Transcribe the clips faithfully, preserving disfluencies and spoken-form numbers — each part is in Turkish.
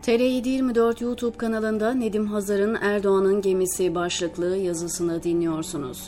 T R yedi yirmi dört YouTube kanalında Nedim Hazar'ın Erdoğan'ın Gemisi başlıklı yazısını dinliyorsunuz.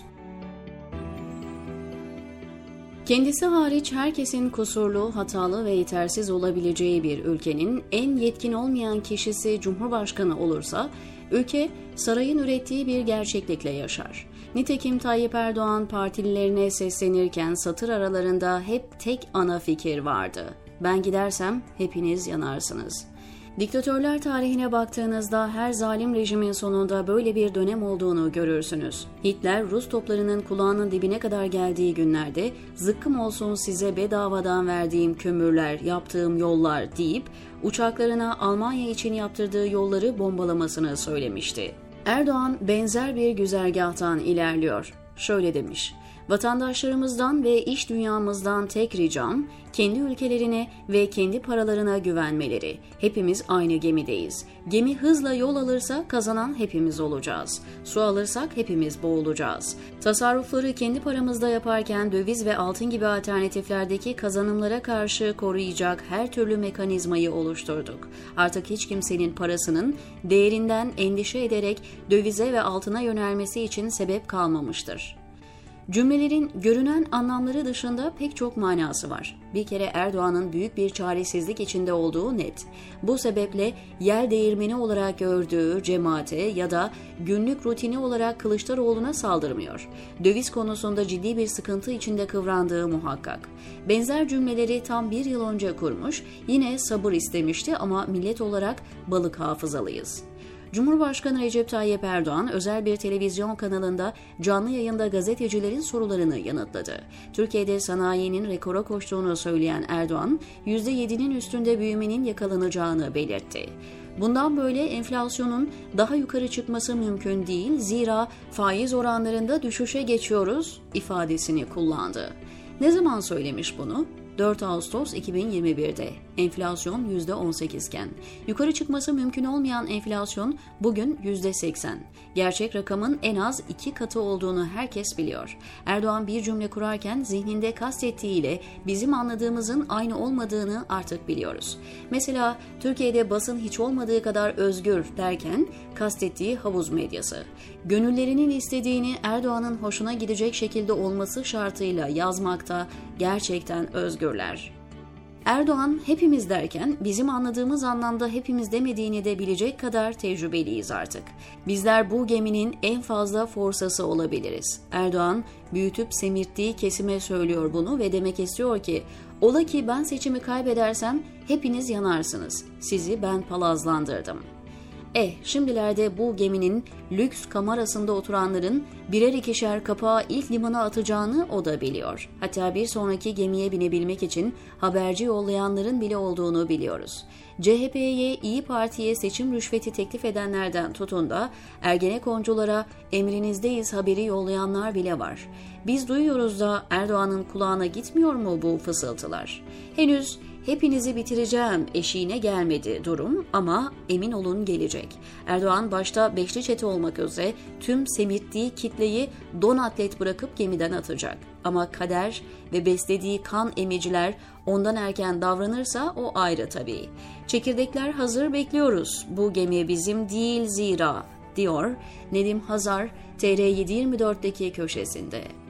Kendisi hariç herkesin kusurlu, hatalı ve yetersiz olabileceği bir ülkenin en yetkin olmayan kişisi Cumhurbaşkanı olursa, ülke sarayın ürettiği bir gerçeklikle yaşar. Nitekim Tayyip Erdoğan partililerine seslenirken satır aralarında hep tek ana fikir vardı: ben gidersem hepiniz yanarsınız. Diktatörler tarihine baktığınızda her zalim rejimin sonunda böyle bir dönem olduğunu görürsünüz. Hitler, Rus toplarının kulağının dibine kadar geldiği günlerde "zıkkım olsun size bedavadan verdiğim kömürler, yaptığım yollar" deyip uçaklarına Almanya için yaptırdığı yolları bombalamasını söylemişti. Erdoğan benzer bir güzergahtan ilerliyor. Şöyle demiş: vatandaşlarımızdan ve iş dünyamızdan tek ricam, kendi ülkelerine ve kendi paralarına güvenmeleri. Hepimiz aynı gemideyiz. Gemi hızla yol alırsa kazanan hepimiz olacağız. Su alırsak hepimiz boğulacağız. Tasarrufları kendi paramızda yaparken döviz ve altın gibi alternatiflerdeki kazanımlara karşı koruyacak her türlü mekanizmayı oluşturduk. Artık hiç kimsenin parasının değerinden endişe ederek dövize ve altına yönelmesi için sebep kalmamıştır. Cümlelerin görünen anlamları dışında pek çok manası var. Bir kere Erdoğan'ın büyük bir çaresizlik içinde olduğu net. Bu sebeple yer değirmeni olarak gördüğü cemaate ya da günlük rutini olarak Kılıçdaroğlu'na saldırmıyor. Döviz konusunda ciddi bir sıkıntı içinde kıvrandığı muhakkak. Benzer cümleleri tam bir yıl önce kurmuş, yine sabır istemişti ama millet olarak balık hafızalıyız. Cumhurbaşkanı Recep Tayyip Erdoğan özel bir televizyon kanalında canlı yayında gazetecilerin sorularını yanıtladı. Türkiye'de sanayinin rekora koştuğunu söyleyen Erdoğan, yüzde yedinin üstünde büyümenin yakalanacağını belirtti. Bundan böyle enflasyonun daha yukarı çıkması mümkün değil, zira faiz oranlarında düşüşe geçiyoruz ifadesini kullandı. Ne zaman söylemiş bunu? dört Ağustos iki bin yirmi bir'de enflasyon yüzde on sekiz iken yukarı çıkması mümkün olmayan enflasyon bugün yüzde seksen. Gerçek rakamın en az iki katı olduğunu herkes biliyor. Erdoğan bir cümle kurarken zihninde kastettiğiyle bizim anladığımızın aynı olmadığını artık biliyoruz. Mesela Türkiye'de basın hiç olmadığı kadar özgür derken kastettiği havuz medyası. Gönüllerinin istediğini Erdoğan'ın hoşuna gidecek şekilde olması şartıyla yazmakta gerçekten özgürler. Erdoğan hepimiz derken bizim anladığımız anlamda hepimiz demediğini de bilecek kadar tecrübeliyiz artık. Bizler bu geminin en fazla forsası olabiliriz. Erdoğan büyütüp semirttiği kesime söylüyor bunu ve demek istiyor ki ola ki ben seçimi kaybedersem hepiniz yanarsınız. Sizi ben palazlandırdım. Eh, şimdilerde bu geminin lüks kamerasında oturanların birer ikişer kapağı ilk limana atacağını o da biliyor. Hatta bir sonraki gemiye binebilmek için haberci yollayanların bile olduğunu biliyoruz. C H P'ye, İyi Parti'ye seçim rüşveti teklif edenlerden tutun da Ergenekonculara emrinizdeyiz haberi yollayanlar bile var. Biz duyuyoruz da Erdoğan'ın kulağına gitmiyor mu bu fısıltılar? Henüz hepinizi bitireceğim eşiğine gelmedi durum ama emin olun gelecek. Erdoğan başta beşli çete olmak üzere tüm semirttiği kitleyi don atlet bırakıp gemiden atacak. Ama kader ve beslediği kan emiciler ondan erken davranırsa o ayrı tabii. Çekirdekler hazır, bekliyoruz. Bu gemi bizim değil zira, diyor Nedim Hazar T R yedi yirmi dört'teki köşesinde.